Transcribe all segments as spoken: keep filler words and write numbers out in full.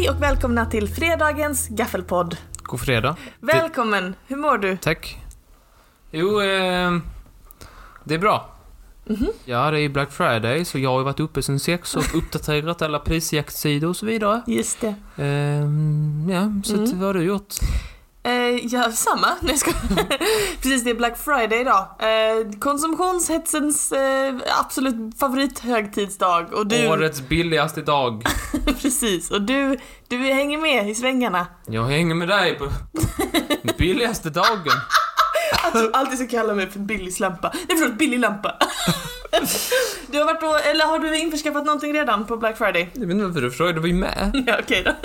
Hej och välkomna till fredagens Gaffelpodd. God fredag. Välkommen, hur mår du? Tack. Jo, eh, det är bra. Mm-hmm. Ja, det är Black Friday, så jag har ju varit uppe sen sex och uppdaterat alla prisjaktsidor och så vidare. Just det. Eh, ja, så mm. vad har du gjort? Eh, ja, samma. Nej, ska... Precis, det är Black Friday idag. Eh, konsumtionshetsens eh, absolut favorithögtidsdag. Och du... Årets billigaste dag. Precis, och du, du hänger med i svängarna. Jag hänger med dig på billigaste dagen. Att du alltid ska kalla mig för Billy Slampa. Nej, förlåt, Billy Lampa. Du har varit på, eller har du införskaffat någonting redan på Black Friday? Jag vet inte varför du frågade, det var ju med. Ja, okej då.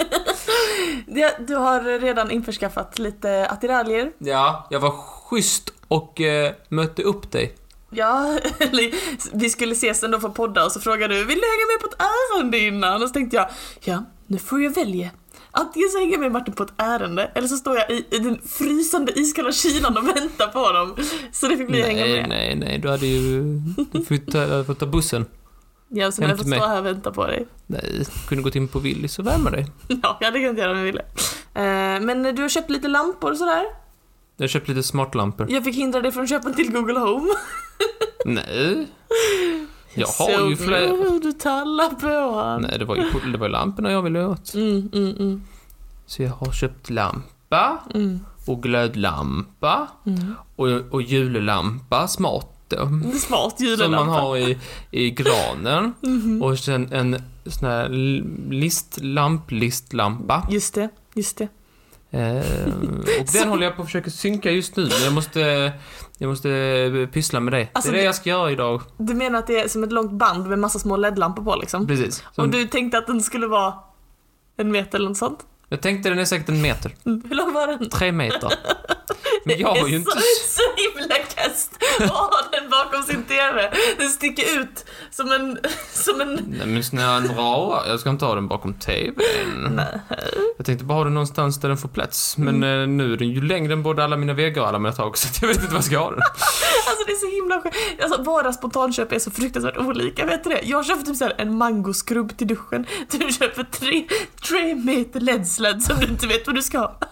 Du har redan införskaffat lite attiraljer. Ja, jag var schysst och eh, mötte upp dig. Ja, vi skulle ses ändå för podda och så frågade du, vill du hänga med på ett ärende innan? Och så tänkte jag, ja, nu får jag välja. Antingen så hänger jag med Martin på ett ärende, eller så står jag i, i den frysande iskalla kylan och väntar på dem. Så det fick bli hänga med. Nej, nej, nej, du hade ju du fått ta, fått ta bussen. Ja, så jag får stå här och vänta på dig. Nej, kunde gått in på Willys och värma dig. Ja, jag hade kunnat göra om jag ville. uh, Men du har köpt lite lampor och sådär. Jag har köpt lite smartlampor. Jag fick hindra dig från köpen till Google Home. Nej. Jag har så ju fler. Du tallar på han. Nej, det var ju, det var ju lamporna jag ville åt. Mm, mm, mm. Så jag har köpt lampa mm. och glödlampa mm. och, och jullampa, smart då. Smart jullampa. Som man har i, i granen. Mm-hmm. Och sen en sån här list, lamplistlampa. Just det, just det. Eh, och den håller jag på att försöka synka just nu. Jag måste, jag måste pyssla med det. Alltså, det är det jag ska göra idag. Du menar att det är som ett långt band med massa små L E D-lampor på liksom? Precis. Som... Och du tänkte att den skulle vara en meter eller något sånt? Jag tänkte den är säkert en meter. Mm. Hur lång var den? Tre meter. Men jag har ju inte... Så, så himla kast att ha den bakom sin tv. Den sticker ut som en... Som en... Nej, men snälla dra. Jag ska inte ha den bakom tvn. Nej. Jag tänkte bara ha den någonstans där den får plats. Men mm. nu är den ju längre än både alla mina väggar och alla mina tak. Så jag vet inte vad jag ska ha den. Alltså det är så himla skönt. Alltså våra spontanköp är så fruktansvärt olika. Vet du det? Jag köper typ så här en mangoskrubb till duschen. Du köper tre, tre meter L E D-sladd som du inte vet vad du ska ha.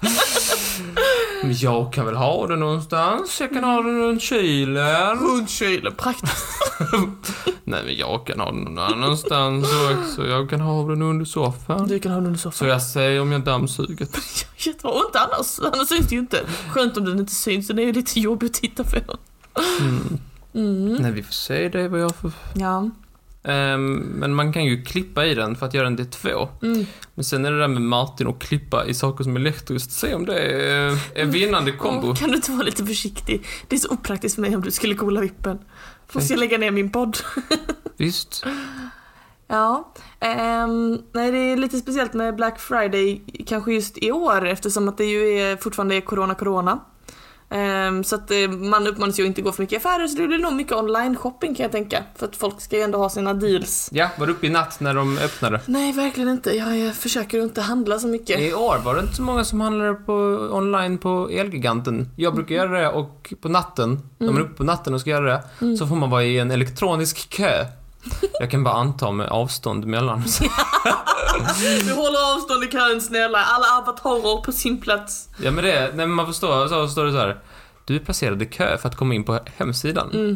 Men jag kan väl ha den någonstans. Jag kan ha den runt kylen. Runt kylen, praktiskt. Nej, men jag kan ha den någon annanstans också. Jag kan ha den under soffan. Du kan ha den under soffan. Så jag säger om jag dammsuger. Jag tror inte annars. Annars syns det ju inte. Skönt om den inte syns. Den är ju lite jobbig att titta på. Mm. Mm. Nej, vi får se det vad jag får... Ja. Um, men man kan ju klippa i den för att göra den till två. Mm. Men sen är det där med Martin och klippa i saker som är elektriskt. Se om det är en vinnande kombo. Oh, kan du inte vara lite försiktig? Det är så opraktiskt för mig om du skulle kolla vippen. Måste jag lägga ner min podd? Visst. Ja, um, nej, det är lite speciellt med Black Friday kanske just i år, eftersom att det ju är, fortfarande är corona-corona. Um, så att uh, man uppmanas ju inte gå för mycket affärer, så det blir nog mycket online-shopping kan jag tänka. För att folk ska ju ändå ha sina deals. Ja, var du uppe i natt när de öppnade? Nej, verkligen inte. Jag, jag försöker inte handla så mycket. I år var det inte så många som handlade på online på Elgiganten. Jag brukar göra det, och på natten, mm. när man är uppe på natten och ska göra det, mm. så får man vara i en elektronisk kö. Jag kan bara anta med avstånd mellan. Vi håller avstånd i kön, snälla. Alla avatarer på sin plats. Ja, men det, när man förstår så står det så här: du är placerad i kö för att komma in på hemsidan. Mm.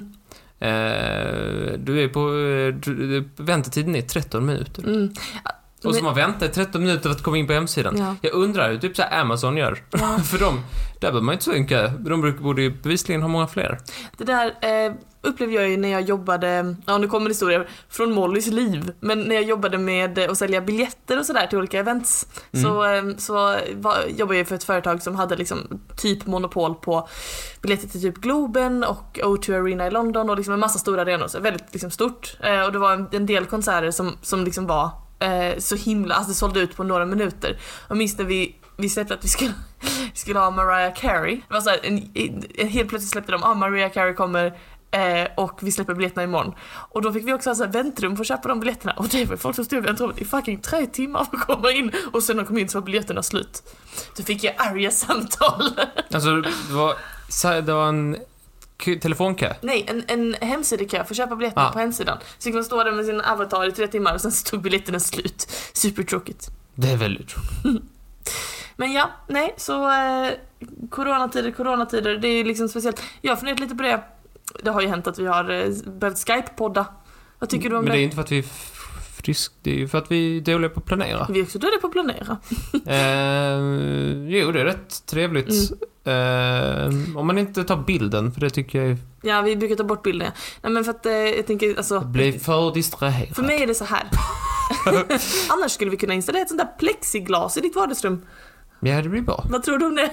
Eh, du är på du, väntetiden är tretton minuter. Mm. Och så man väntar i tretton minuter för att komma in på hemsidan. Ja. Jag undrar hur typ så här Amazon gör. Ja. För dem, där behöver man inte så en kö. De borde ju bevisligen ha många fler. Det där eh, upplevde jag ju när jag jobbade, ja nu kommer en historia från Mollys liv, men när jag jobbade med att sälja biljetter och sådär till olika events, mm. så, eh, så var, jobbade jag för ett företag som hade liksom typ monopol på biljetter till typ Globen och O två Arena i London och liksom en massa stora arenor, så väldigt liksom stort. Eh, och det var en, en del konserter som, som liksom var eh, så himla, alltså det sålde ut på några minuter. Och minst när vi vi släppte att vi skulle, vi skulle ha Mariah Carey. Det var så här, en, en, helt plötsligt släppte de, ah, Mariah Carey kommer eh, och vi släpper biljetterna imorgon. Och då fick vi också ha så här väntrum för att köpa de biljetterna. Och det var folk som stod i väntrummet i fucking tre timmar för att komma in. Och sen när de kom in så var biljetterna slut. Då fick jag arga samtal. Alltså det var, det var en telefonkö? Nej, en, en hemsidekö för att köpa biljetter ah. på hemsidan. Så fick man stå där med sin avatar i tre timmar och sen stod biljetterna slut. Supertråkigt. Det är väldigt tråkigt. Men ja, nej, så eh, coronatider, coronatider, det är liksom speciellt. Jag har funderat lite på det. Det har ju hänt att vi har eh, behövt Skype-podda. Vad tycker du om Men det? det är inte för att vi är frisk, det är ju för att vi är dåliga på att planera. Vi är också dåliga på att planera. eh, jo, det är rätt trevligt. Mm. Eh, om man inte tar bilden, för det tycker jag är... Ja, vi brukar ta bort bilden. Nej, men för att eh, jag tänker, alltså... Det blir för distraherat. För mig är det så här. Annars skulle vi kunna installera ett sånt där plexiglas i ditt vardagsrum. Ja, det blir bra. Vad tror du om det?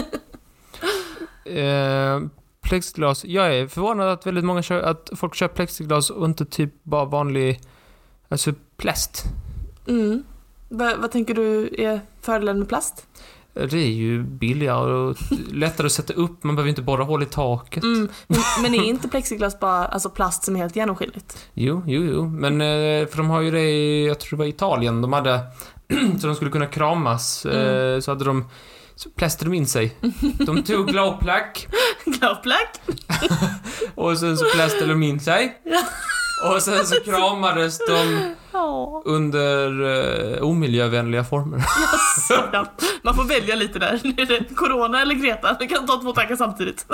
eh, plexiglas. Jag är förvånad att väldigt många kör, att folk kör plexiglas och inte typ bara vanlig, alltså plast. Mm. Va, vad tänker du är fördelen med plast? Det är ju billigare och lättare att sätta upp. Man behöver inte borra hål i taket. Mm. Men, men är inte plexiglas bara alltså plast som är helt genomskinligt? Jo, jo, jo. Men för de har ju det i, jag tror det var Italien. De hade, så de skulle kunna kramas. Mm. Så hade de, så plästade de in sig. De tog glavplack. Glavplack? Och sen så plästade de in sig. Och sen så kramades de under uh, omiljövänliga former. Yes, ja. Man får välja lite där. Är det corona eller Greta? Vi kan ta två tankar samtidigt.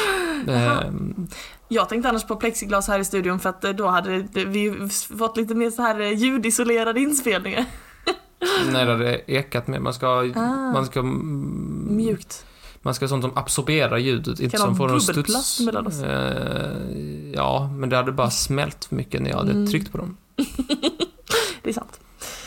Um. Jag tänkte annars på plexiglas här i studion, för att då hade vi fått lite mer så här ljudisolerade inspelningar. Nej, det hade ekat med. Man ska, ah. man ska mjukt. Man ska ha sånt som absorberar ljudet, inte som får en studs. Mellan oss. Uh, ja, men det hade bara smält för mycket när jag hade mm. tryckt på dem. Det är sant.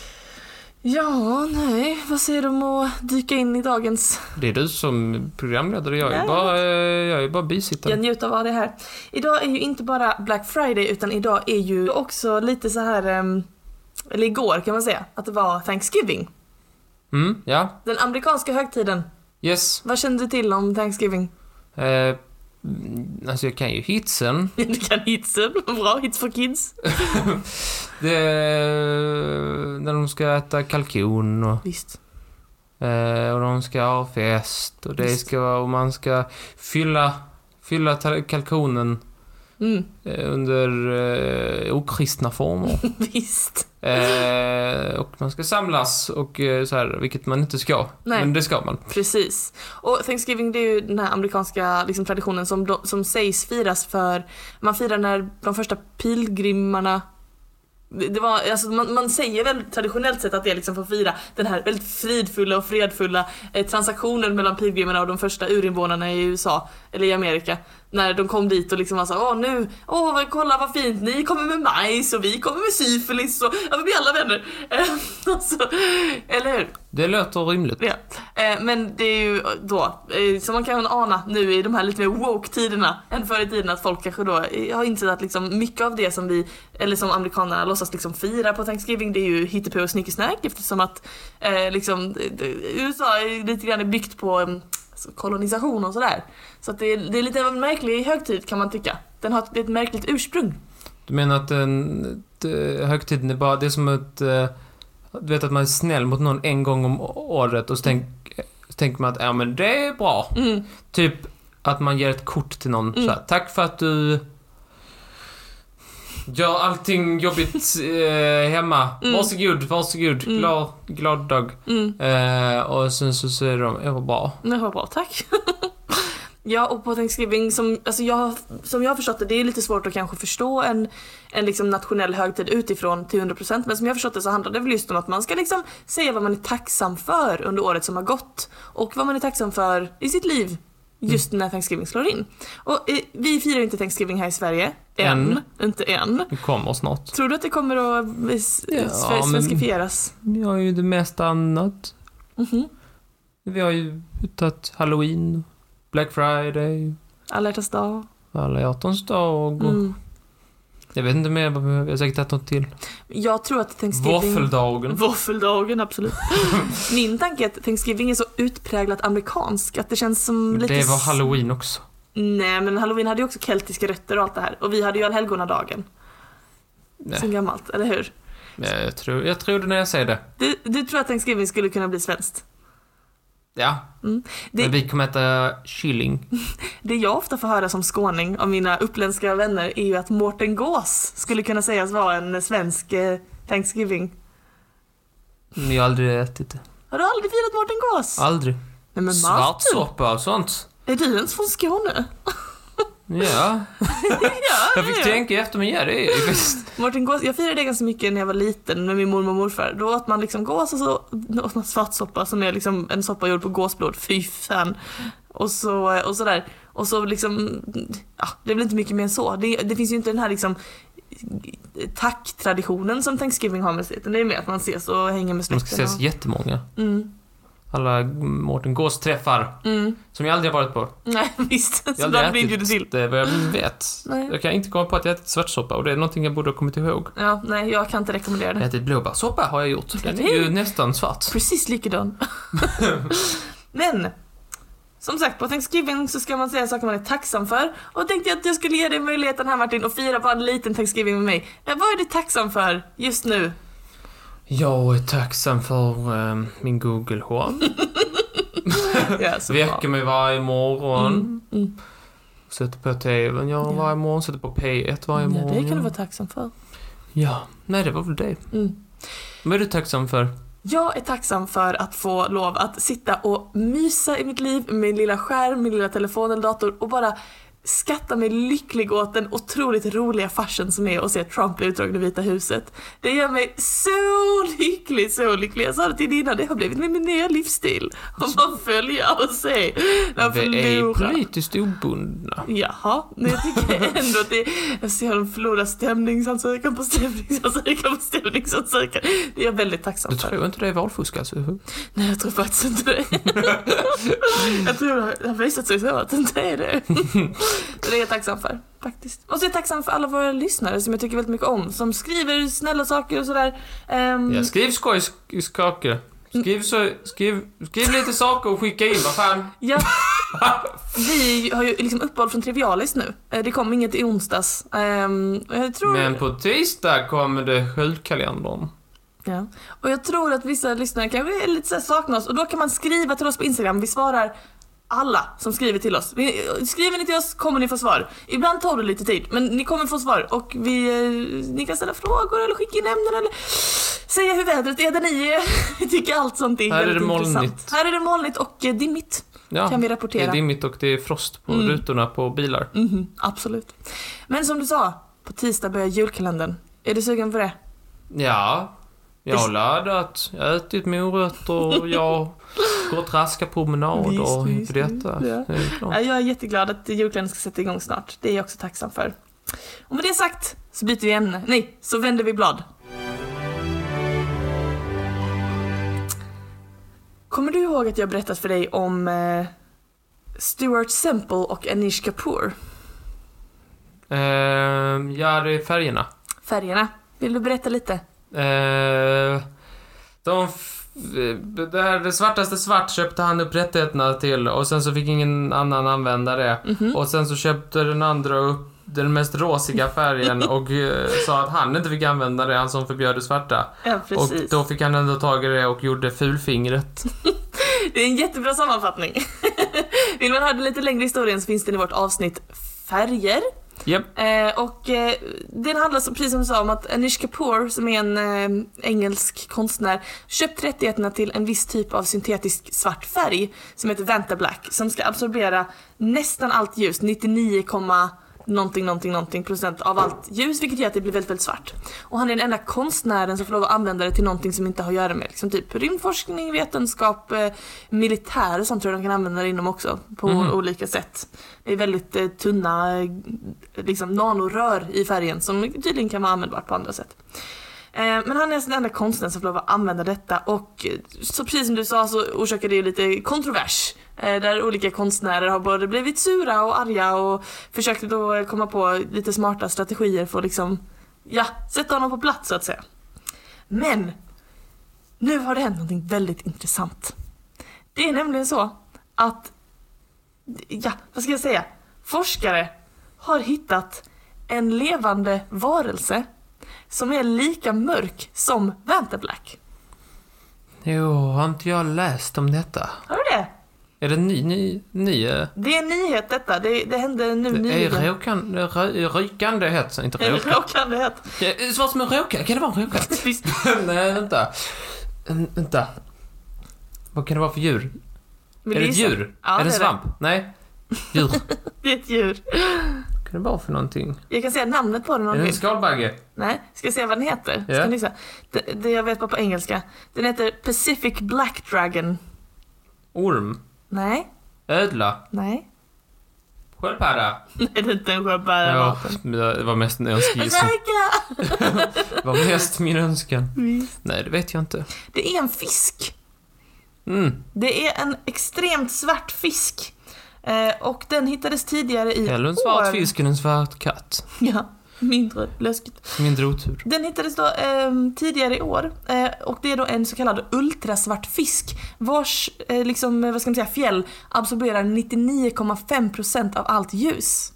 Ja, nej. Vad säger du om att dyka in i dagens... Det är du som programledare. Jag är nej. bara, jag är bara bisittare. Jag njuter av det här. Idag är ju inte bara Black Friday, utan idag är ju också lite så här... Eller igår kan man säga, att det var Thanksgiving. Mm, ja. Den amerikanska högtiden. Yes. Vad kände du till om Thanksgiving? Eh, alltså jag kan ju hitsen. Du kan hitsen, bra, hits for kids. Det är när de ska äta kalkon och, visst. Eh, och de ska ha fest och det visst. Ska vara, och man ska fylla fylla kalkonen mm. eh, under eh, okristna former. Visst. Eh, och man ska samlas och eh, så här, vilket man inte ska. Nej. Men det ska man. Precis. Och Thanksgiving, det är ju den här amerikanska liksom, traditionen som, de, som sägs firas för, man firar när de första pilgrimarna, det var, alltså, man, man säger väl traditionellt sett att det är liksom för att fira den här väldigt fridfulla och fredfulla eh, transaktionen mellan pilgrimerna och de första urinvånarna i U S A eller i Amerika, när de kom dit och liksom var så, åh nu, åh kolla vad fint, ni kommer med majs och vi kommer med syfilis och ja, vi blir alla vänner. Eh, alltså, eller hur? Det låter rimligt. Ja. Eh, men det är ju då, eh, som man kan ana nu i de här lite mer woke-tiderna än förr i tiden, att folk kanske då eh, har insett att liksom mycket av det som vi, eller som amerikanerna låtsas liksom fira på Thanksgiving, det är ju hittepå och snickesnack, eftersom att eh, liksom, U S A är lite grann byggt på eh, kolonisation och sådär. Så att det, är, det är lite av en märklig högtid kan man tycka. Den har ett märkligt ursprung. Du menar att den, det, högtiden är bara, det är som ett, du vet att man är snäll mot någon en gång om året och så, tänk, så tänker man att ja men det är bra. Mm. Typ att man ger ett kort till någon mm. så här, tack för att du gör allting jobbigt eh, hemma. Mm. Varsågod, varsågod. Mm. Glad, glad dag. Mm. Eh, och sen så säger de, det var bra. Det var bra, tack. Ja, och på Thanksgiving, som, alltså jag, som jag har förstått det, det är lite svårt att kanske förstå en, en liksom nationell högtid utifrån till hundra procent. Men som jag har förstått det så handlar det väl just om att man ska liksom säga vad man är tacksam för under året som har gått. Och vad man är tacksam för i sitt liv just när Thanksgiving slår in. Och eh, vi firar inte Thanksgiving här i Sverige. Än. än. Inte än. Det kommer snart. Tror du att det kommer att ja, svenskifieras? Vi har ju det mesta annat. Mm-hmm. Vi har ju tagit Halloween, Black Friday, Alla hjärtans dag, Alla hjärtans dag. Mm. Jag vet inte mer, jag har säkert tagit något till. Jag tror att Thanksgiving... Våffeldagen. Våffeldagen, absolut. Min tanke är att Thanksgiving är så utpräglat amerikansk att det känns som lite... Det var Halloween också. Nej, men Halloween hade ju också keltiska rötter och allt det här. Och vi hade ju allhelgonadagen. Som gammalt, eller hur? Jag tror, jag tror det när jag säger det. Du, du tror att Thanksgiving skulle kunna bli svenskt? Ja, mm. det, men vi kommer äta kylling. Det jag ofta får höra som skåning av mina uppländska vänner är ju att Mårten Gås skulle kunna sägas vara en svensk eh, Thanksgiving. Ni har aldrig ätit det. Har du aldrig firat Mårten Gås? Aldrig. Nej, men Svartsoppa och sånt. Är du ens från Skåne? Ja. Ja, Jag fick ja. tänka efter, men ja, det är ju visst. Mårten Gås, jag firade det ganska mycket när jag var liten med min mormor och morfar. Då åt man liksom gås och så åt man svartsoppa som är liksom en soppa gjord på gåsblod. Fy fan. Och så, och så där. Och så liksom, ja, det är väl inte mycket mer än så. Det, det finns ju inte den här liksom tack-traditionen som Thanksgiving har med sig. Det är mer att man ses och hänger med Man släkten. ska ses och... jättemånga. Mm. Alla Mårten Gås-träffar. Mm. Som jag aldrig har varit på. Nej, visst. Jag Så har då hade aldrig vi inbjudit till. ätit det, vad jag vet. Nej. Jag kan inte komma på att jag ätit svartsoppa, och det är någonting jag borde ha kommit ihåg. Ja, nej, jag kan inte rekommendera Jag det. har ätit blåbärssoppa, har jag gjort. Den är ju nästan svart. Precis likadan. Men, som sagt, på Thanksgiving så ska man säga saker man är tacksam för. Och tänkte jag att jag skulle ge dig möjligheten här, Martin, att fira bara en liten Thanksgiving med mig. Men vad är du tacksam för just nu? Jag är tacksam för um, min Google Home. Ja, så Väcker mig varje morgon. Mm, mm. Sätter på tvn gör Ja. varje morgon. Sätter på P ett varje Ja, morgon. det kan du vara tacksam för. Ja, nej det var väl det. Mm. Vad är du tacksam för? Jag är tacksam för att få lov att sitta och mysa i mitt liv med min lilla skärm, min lilla telefon eller dator och bara skatta mig lycklig åt den otroligt roliga farsen som är att se Trump bli utdragen i Vita huset. Det gör mig så lycklig, så lycklig. Jag sa det till dig innan, det har blivit min nya livsstil. Och bara följa och se när han Vi är förlorar. politiskt obundna. Jaha, men jag tycker ändå att det, jag ser dem förlora stämningsansökan på stämningsansökan på stämningsansökan. Det är jag väldigt tacksam Du för. tror inte det är valfusk alltså? Nej, jag tror faktiskt inte det. Jag tror det har visat sig så att det inte är det. Det är jag tacksam för, faktiskt. Och så är jag tacksam för alla våra lyssnare som jag tycker väldigt mycket om. Som skriver snälla saker och sådär. Um, Ja, skriv skojskaker. Skriv, så, skriv, skriv lite saker och skicka in, vad fan. Ja, vi har ju liksom uppehåll från Trivialis nu. Eh, Det kom inget i onsdags. Um, jag tror... Men på tisdag kommer det julkalendern. Ja. Och jag tror att vissa lyssnare kanske är lite så här saknar oss. Och då kan man skriva till oss på Instagram. Vi svarar alla som skriver till oss. Vi, skriver ni till oss kommer ni få svar. Ibland tar det lite tid, men ni kommer få svar. Och vi, eh, ni kan ställa frågor eller skicka in ämnen eller säga hur vädret är där ni är. Vi tycker allt sånt är Här är väldigt det intressant. molnigt. Här är det molnigt och eh, dimmigt. Ja, Kan vi det rapportera. är dimmigt och det är frost på Mm. rutorna på bilar. Mhm, absolut. Men som du sa, på tisdag börjar julkalendern. Är du sugen på det? Ja, jag har laddat, jag har ätit morötter, jag har gått raska promenader Visst, inför visst, detta. ja. Det är klart. Ja, jag är jätteglad att julkalendern ska sätta igång snart. Det är jag också tacksam för. Och med det sagt så byter vi ämne. Nej, så vänder vi blad. Kommer du ihåg att jag berättat för dig om eh, Stuart Semple och Anish Kapoor? Ehm, ja, det är färgerna. Färgerna. Vill du berätta lite? Ehm, de f- det, här, det svartaste svart köpte han upp rättigheterna till och sen så fick ingen annan använda det. Mhm. Och sen så köpte den andra upp den mest rosiga färgen och eh, sa att han inte fick använda det, han som förbjöd det svarta. Ja, Och precis. då fick han ändå tag i det och gjorde fulfingret. Det är en jättebra sammanfattning. Vill man höra lite längre historien så finns det i vårt avsnitt Färger. Japp. Eh, och eh, den handlar så, precis som du sa om att Anish Kapoor, som är en eh, engelsk konstnär, köpt rättigheterna till en viss typ av syntetisk svart färg som heter Vanta Black, som ska absorbera nästan allt ljus, nittionio, någonting, någonting, någonting procent av allt ljus, vilket gör att det blir väldigt, väldigt svart. Och han är den enda konstnären som får lov att använda det till någonting som inte har att göra med liksom typ rymdforskning, vetenskap, eh, militär och sånt tror jag de kan använda det inom också på Mhm. olika sätt. Det är väldigt eh, tunna eh, liksom nanorör i färgen som tydligen kan vara användbart på andra sätt. Eh, men han är alltså den enda konstnären som får lov att använda detta och eh, så precis som du sa så orsakar det ju lite kontrovers. Eh, där olika konstnärer har både blivit sura och arga och försökt då komma på lite smarta strategier för att liksom, ja, sätta honom på plats så att säga. Men nu har det hänt någonting väldigt intressant. Det är nämligen så att, ja, vad ska jag säga? Forskare har hittat en levande varelse som är lika mörk som Vanta Black. Jo, har inte jag läst om detta? Har du det? Är det ny, ny, ny eh, Det är en nyhet detta. Det, det hände nu det är nyligen. råkan, rö, rykande hett, inte råka. Råkande het. Ja, svart som en råka, kan det vara en råka? Visst. Nej, vänta. Mm, vänta. Vad kan det vara för djur? Vill är det du ett gissa? djur? Ja, är det det är svamp? Nej. Djur. Det är ett djur. Vad kan det vara för någonting? Jag kan säga namnet på den om Är det du en vill. skalbagge? Nej, ska jag säga vad den heter? Ja. Ska ni säga? Det, det jag vet bara på engelska. Den heter Pacific Black Dragon. Orm? Nej, Ödla? nej. Sköldpadda? Nej, det är inte en sköldpadda. Ja, det var mest en önskegissen. Räka! Det var mest min önskan. Nej, det vet jag inte. Det är en fisk. Mm. Det är en extremt svart fisk. Eh, och den hittades tidigare i Eller en svart år. fisk än en svart katt. Ja, mindre läskigt. Mindre otur. Den hittades då eh, tidigare i år. Eh, och det är då en så kallad ultrasvart fisk. Vars eh, liksom, vad ska man säga, fjäll absorberar nittionio komma fem procent av allt ljus.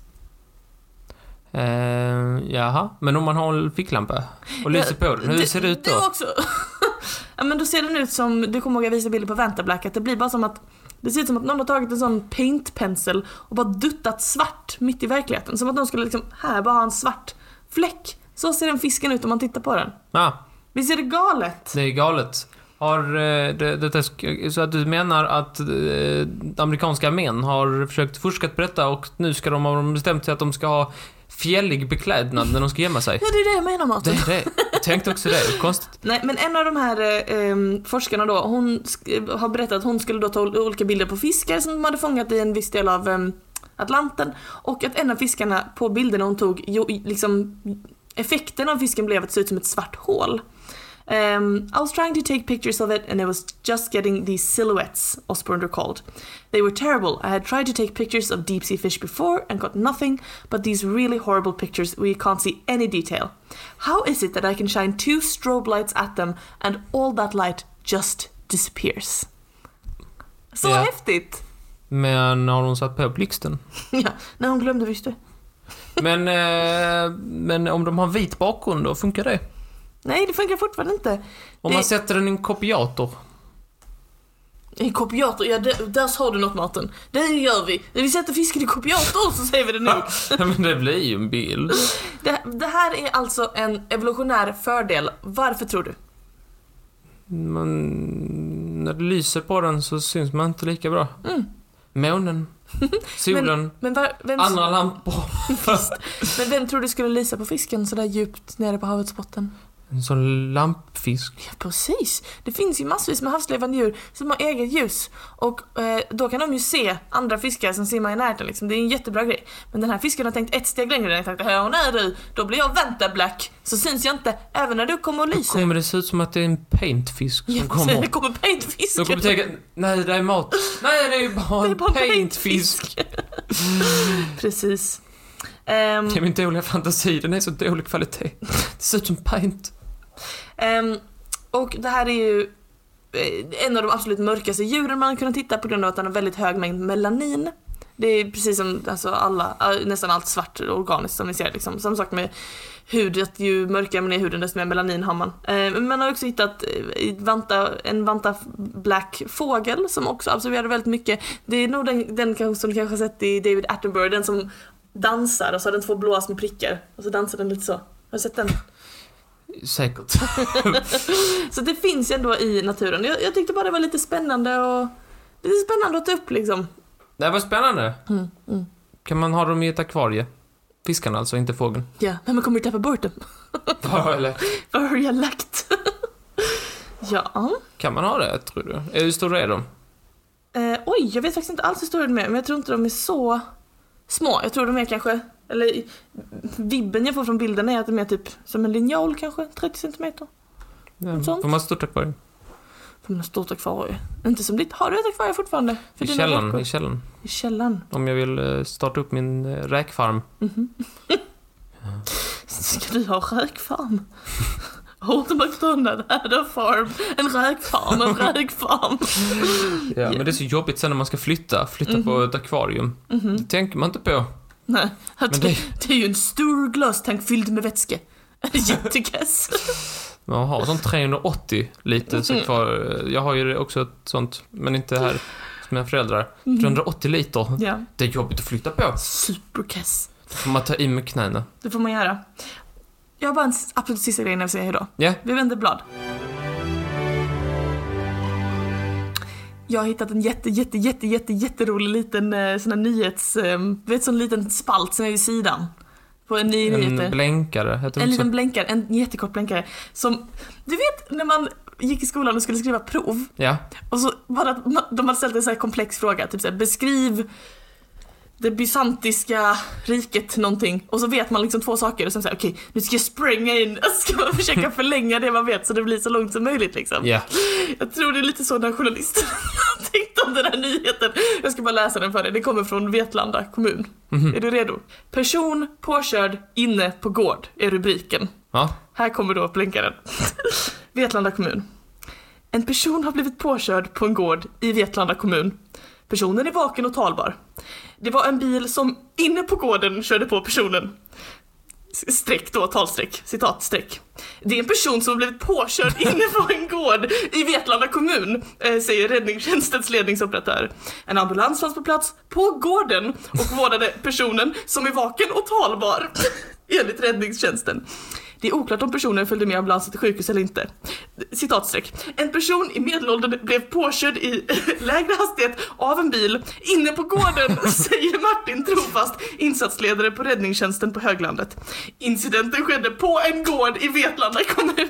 Eh, jaha, men om man har en ficklampa och lyser på den, hur ser det ut då? Du också. Ja, men då ser den ut som, du kommer ihåg att jag visade bilder på Vantablack, att det blir bara som att det ser ut som att någon har tagit en sån paintpensel och bara duttat svart mitt i verkligheten. Som att någon skulle liksom, här bara ha en svart fläck. Så ser den fisken ut om man tittar på den. Ja, Visst är det galet? det är galet. Har eh, det, det, det, så att du menar att eh, amerikanska män har försökt forskat på detta och nu ska de ha bestämt sig att de ska ha fjällig beklädnad när de ska gömma sig? Ja, det är det jag menar, Martin. Det är det. Jag tänkte också det. Konstigt. Nej, men en av de här eh, forskarna då, hon sk- har berättat att hon skulle då ta ol- olika bilder på fiskar som de hade fångat i en viss del av eh, Atlanten. Och att en av fiskarna på bilderna hon tog, jo, liksom, effekten av fisken blev att det såg ut som ett svart hål. Um, I was trying to take pictures of it and I was just getting these silhouettes, Osborne recalled. They were terrible. I had tried to take pictures of deep sea fish before and got nothing, but these really horrible pictures where you can't see any detail. How is it that I can shine two strobe lights at them and all that light just disappears? Så Ja. häftigt! Men har hon satt på blixten? Ja, när hon glömde, visst du. Men, eh, men om de har vit bakgrund då, funkar det? Nej, det funkar fortfarande inte. Om Det- man sätter den i en kopiator? En kopiator, ja, där, där har du något, Martin. Det gör vi. Vi sätter fisken i kopiator så säger vi det nu. Men det blir ju en bild. Det, det här är alltså en evolutionär fördel. Varför tror du? Men när det lyser på den så syns man inte lika bra. Mm. Månen, solen, Men, var, vem, andra lampor. men vem tror du skulle lysa på fisken så där djupt nere på havets botten? En sån lampfisk. Ja, precis. Det finns ju massvis med havslevande djur som har eget ljus. Och eh, då kan de ju se andra fiskar som simmar i närheten. Liksom. Det är en jättebra grej. Men den här fisken har tänkt ett steg längre. Den har tänkt, hör när du, då blir jag Vantablack. Så syns jag inte, även när du kommer och lyser. Kommer det se ut som att det är en paintfisk som Ja, kommer? det kommer paintfisken. De kommer tänka, nej det är mat. Nej det är ju bara Det är en bara en paintfisk. Precis. Ehm, Det är min dåliga fantasi, den är så dålig kvalitet. Det ser ut som paint. ehm, och det här är ju eh, en av de absolut mörkaste djuren man kan titta på grund av att den har väldigt hög mängd melanin. Det är precis som alltså alla, nästan allt svart organiskt som vi ser. Liksom. Samma sak med hud, att ju mörkare man är i huden desto mer melanin har man. Eh, man har också hittat eh, vanta, en vanta black fågel som också absorberar väldigt mycket. Det är nog den, den som du kanske har sett i David Attenborough, den som dansar och så har den två blåa små prickar och så dansar den lite så. Har du sett den? Säkert. Så det finns ju ändå i naturen. Jag, jag tyckte bara det var lite spännande och lite spännande att ta upp liksom. Det var spännande. Mm, mm. Kan man ha dem i ett akvarie? Fiskarna alltså, inte fågeln. Ja, men man kommer ju tappa bort dem. Ja, eller? Vad har jag lagt? Ja. Kan man ha det, tror du? Hur stora är de? Eh, oj, jag vet faktiskt inte alls hur stora de är, men jag tror inte de är så små. Jag tror de är kanske, eller vibben jag får från bilden är att de är typ som en linjal kanske, trettio centimeter. Ja, sånt. får man stort akvarium? Får man ha stort akvarium? Inte som ditt. Har du ett akvarium fortfarande? För I dina källaren, räkor? i källaren. I källaren. Om jag vill eh, starta upp min eh, räkfarm. Mhm. Ska du ha räkfarm? Hårt McDonald had a farm. En räkfarm, en räkfarm. Ja, men det är så jobbigt sen när man ska flytta. Flytta på ett akvarium. Mhm. Det tänker man inte på. Nej, att Men det... det- Det, är ju en stor glastank fylld med vätska. Jättekass. Man har sånt trehundraåttio liter så kvar. Jag har ju också ett sånt, men inte här hos mina föräldrar. trehundraåttio liter. Ja, Det är jobbigt att flytta på. superkass. Då får man ta i med knäna. Det får man göra. Jag har bara en absolut sista grej när vi säger hejdå. Ja, Vi vänder blad. Jag har hittat en jätte, jätte, jätte, jätte, jätterolig liten eh, sån här nyhets... Eh, du vet, sån liten spalt som är vid sidan. På en ny nyheter. En blänkare. Heter En det liten så? blänkare, en jättekort blänkare. Som, du vet när man gick i skolan och skulle skriva prov. Ja. Och så var det att de hade ställt en så här komplex fråga. Typ så här, beskriv det bysantiska riket någonting. Och så vet man liksom två saker. Och sen så här, okej, okay, nu ska jag spränga in. Ska man försöka förlänga det man vet så det blir så långt som möjligt liksom. Ja. Jag tror det är lite så när journalisterna tänkte om den här nyheten. Jag ska bara läsa den för dig. Det kommer från Vetlanda kommun. Mm-hmm. Är du redo? Person påkörd inne på gård är rubriken. Ja. Här kommer då blänkaren. Vetlanda kommun. En person har blivit påkörd på en gård i Vetlanda kommun. Personen är vaken och talbar. Det var en bil som inne på gården körde på personen. Streck då, talstreck, citat, streck. Det är en person som har blivit påkörd inne på en gård i Vetlanda kommun, säger räddningstjänstens ledningsoperatör. En ambulans fanns på plats på gården och vårdade personen som är vaken och talbar, enligt räddningstjänsten. Det är oklart om personen följde med ambulansen till sjukhus eller inte. Citatstreck. En person i medelåldern blev påkörd i lägre hastighet av en bil inne på gården, säger Martin Trofast, insatsledare på räddningstjänsten på Höglandet. Incidenten skedde på en gård i Vetlanda kommun.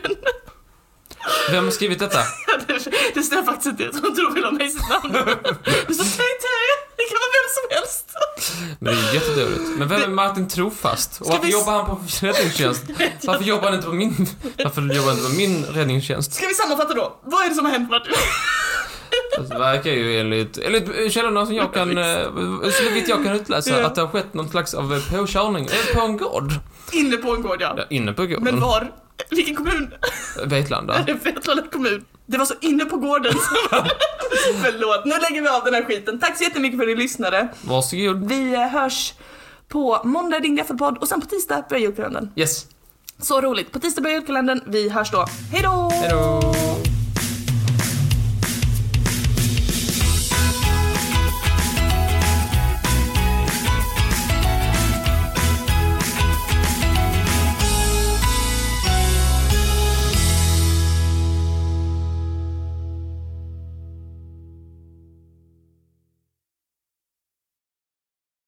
Vem har skrivit detta? Ja, det, det står faktiskt inte, jag tror vill ha mig sitt namn. Det står Tej-Tej, det kan vara vem som helst. Men det är jättedåligt. Men vem är Martin Trofast? Och varför vi... jobbar han på räddningstjänst? Varför jobbar han inte på min Varför jobbar han inte på min räddningstjänst? Ska vi sammanfatta då? Vad är det som har hänt, Martin? Det verkar ju enligt, enligt källorna som jag kan, så vitt jag kan utläsa, att det har skett någon slags av påkörning på en gård. Inne på en gård, ja. Ja, inne på gården. Men var? Vilken kommun? Vetlanda. Vetlanda kommun. Det var så inne på gården. Förlåt, nu lägger vi av den här skiten. Tack så jättemycket för att ni lyssnade. Varsågod. Vi hörs på måndag i din Gaffelpodd och sen på tisdag börjar julkalendern. Yes. Så roligt. På tisdag börjar julkalendern. Vi hörs då. Hej då! Hej då!